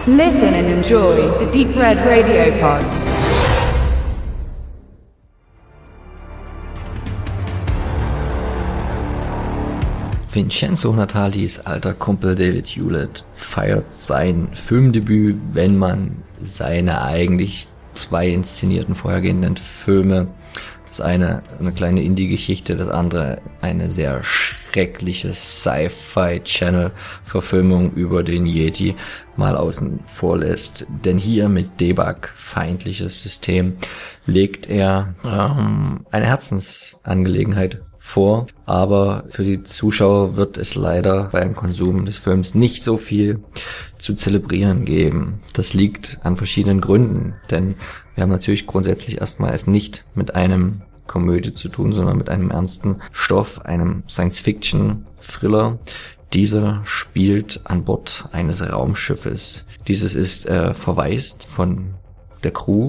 Listen and enjoy the Deep Red Radio Pod. Vincenzo Natalis alter Kumpel David Hewlett feiert sein Filmdebüt, wenn man seine eigentlich 2 inszenierten vorhergehenden Filme, das eine kleine Indie-Geschichte, das andere eine sehr schreckliche Sci-Fi-Channel-Verfilmung über den Yeti, mal außen vor lässt. Denn hier mit Debug, feindliches System, legt er eine Herzensangelegenheit vor, aber für die Zuschauer wird es leider beim Konsum des Films nicht so viel zu zelebrieren geben. Das liegt an verschiedenen Gründen, denn wir haben natürlich grundsätzlich erstmal es nicht mit einem Komödie zu tun, sondern mit einem ernsten Stoff, einem Science-Fiction-Thriller. Dieser spielt an Bord eines Raumschiffes. Dieses ist verwaist von der Crew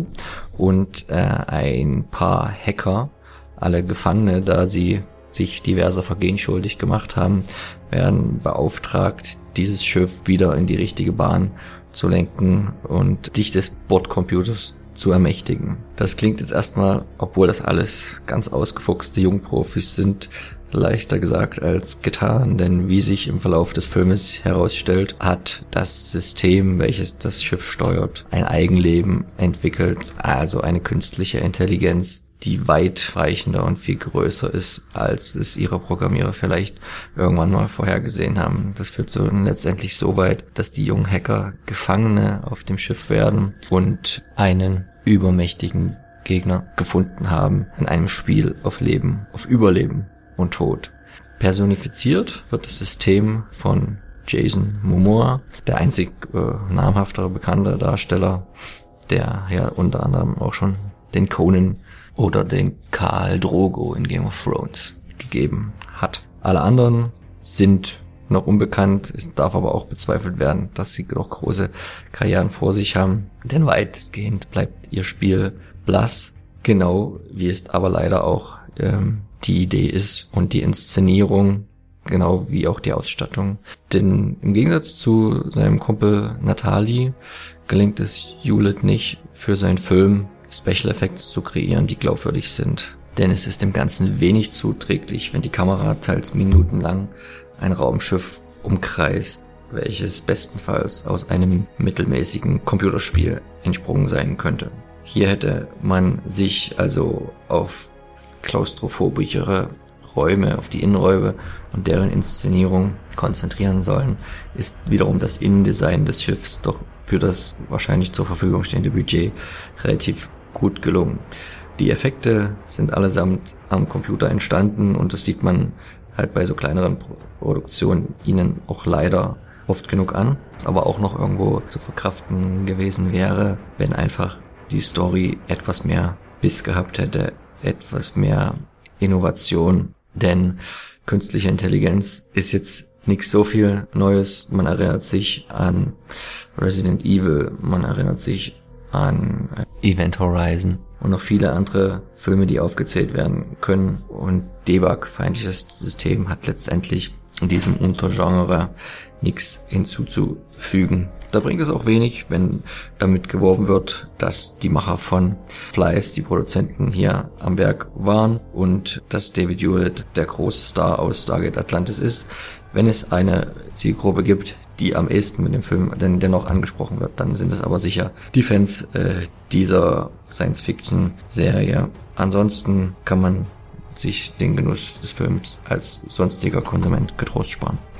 und ein paar Hacker, alle Gefangene, da sie sich diverser Vergehen schuldig gemacht haben, werden beauftragt, dieses Schiff wieder in die richtige Bahn zu lenken und sich des Bordcomputers zu ermächtigen. Das klingt jetzt erstmal, obwohl das alles ganz ausgefuchste Jungprofis sind, leichter gesagt als getan, denn wie sich im Verlauf des Filmes herausstellt, hat das System, welches das Schiff steuert, ein Eigenleben entwickelt, also eine künstliche Intelligenz, die weitreichender und viel größer ist, als es ihre Programmierer vielleicht irgendwann mal vorhergesehen haben. Das führt so letztendlich so weit, dass die jungen Hacker Gefangene auf dem Schiff werden und einen übermächtigen Gegner gefunden haben in einem Spiel auf Leben, auf Überleben und Tod. Personifiziert wird das System von Jason Momoa, der einzig namhaftere bekannte Darsteller, der ja unter anderem auch schon den Conan oder den Khal Drogo in Game of Thrones gegeben hat. Alle anderen sind noch unbekannt, es darf aber auch bezweifelt werden, dass sie noch große Karrieren vor sich haben, denn weitestgehend bleibt ihr Spiel blass, genau wie es aber leider auch die Idee ist und die Inszenierung, genau wie auch die Ausstattung. Denn im Gegensatz zu seinem Kumpel Natali gelingt es Hewlett nicht, für seinen Film Special Effects zu kreieren, die glaubwürdig sind. Denn es ist dem Ganzen wenig zuträglich, wenn die Kamera teils minutenlang ein Raumschiff umkreist, welches bestenfalls aus einem mittelmäßigen Computerspiel entsprungen sein könnte. Hier hätte man sich also auf klaustrophobischere Räume, auf die Innenräume und deren Inszenierung konzentrieren sollen, ist wiederum das Innendesign des Schiffs doch für das wahrscheinlich zur Verfügung stehende Budget relativ gut gelungen. Die Effekte sind allesamt am Computer entstanden und das sieht man halt bei so kleineren Produktionen ihnen auch leider oft genug an, aber auch noch irgendwo zu verkraften gewesen wäre, wenn einfach die Story etwas mehr Biss gehabt hätte, etwas mehr Innovation, denn künstliche Intelligenz ist jetzt nichts so viel Neues. Man erinnert sich an Resident Evil, man erinnert sich an Event Horizon und noch viele andere Filme, die aufgezählt werden können. Und Debug, feindliches System, hat letztendlich in diesem Untergenre nichts hinzuzufügen. Da bringt es auch wenig, wenn damit geworben wird, dass die Macher von Fleiß, die Produzenten, hier am Werk waren und dass David Hewlett der große Star aus Stargate Atlantis ist. Wenn es eine Zielgruppe gibt, die am ehesten mit dem Film denn dennoch angesprochen wird, dann sind es aber sicher die Fans dieser Science-Fiction-Serie. Ansonsten kann man sich den Genuss des Films als sonstiger Konsument getrost sparen.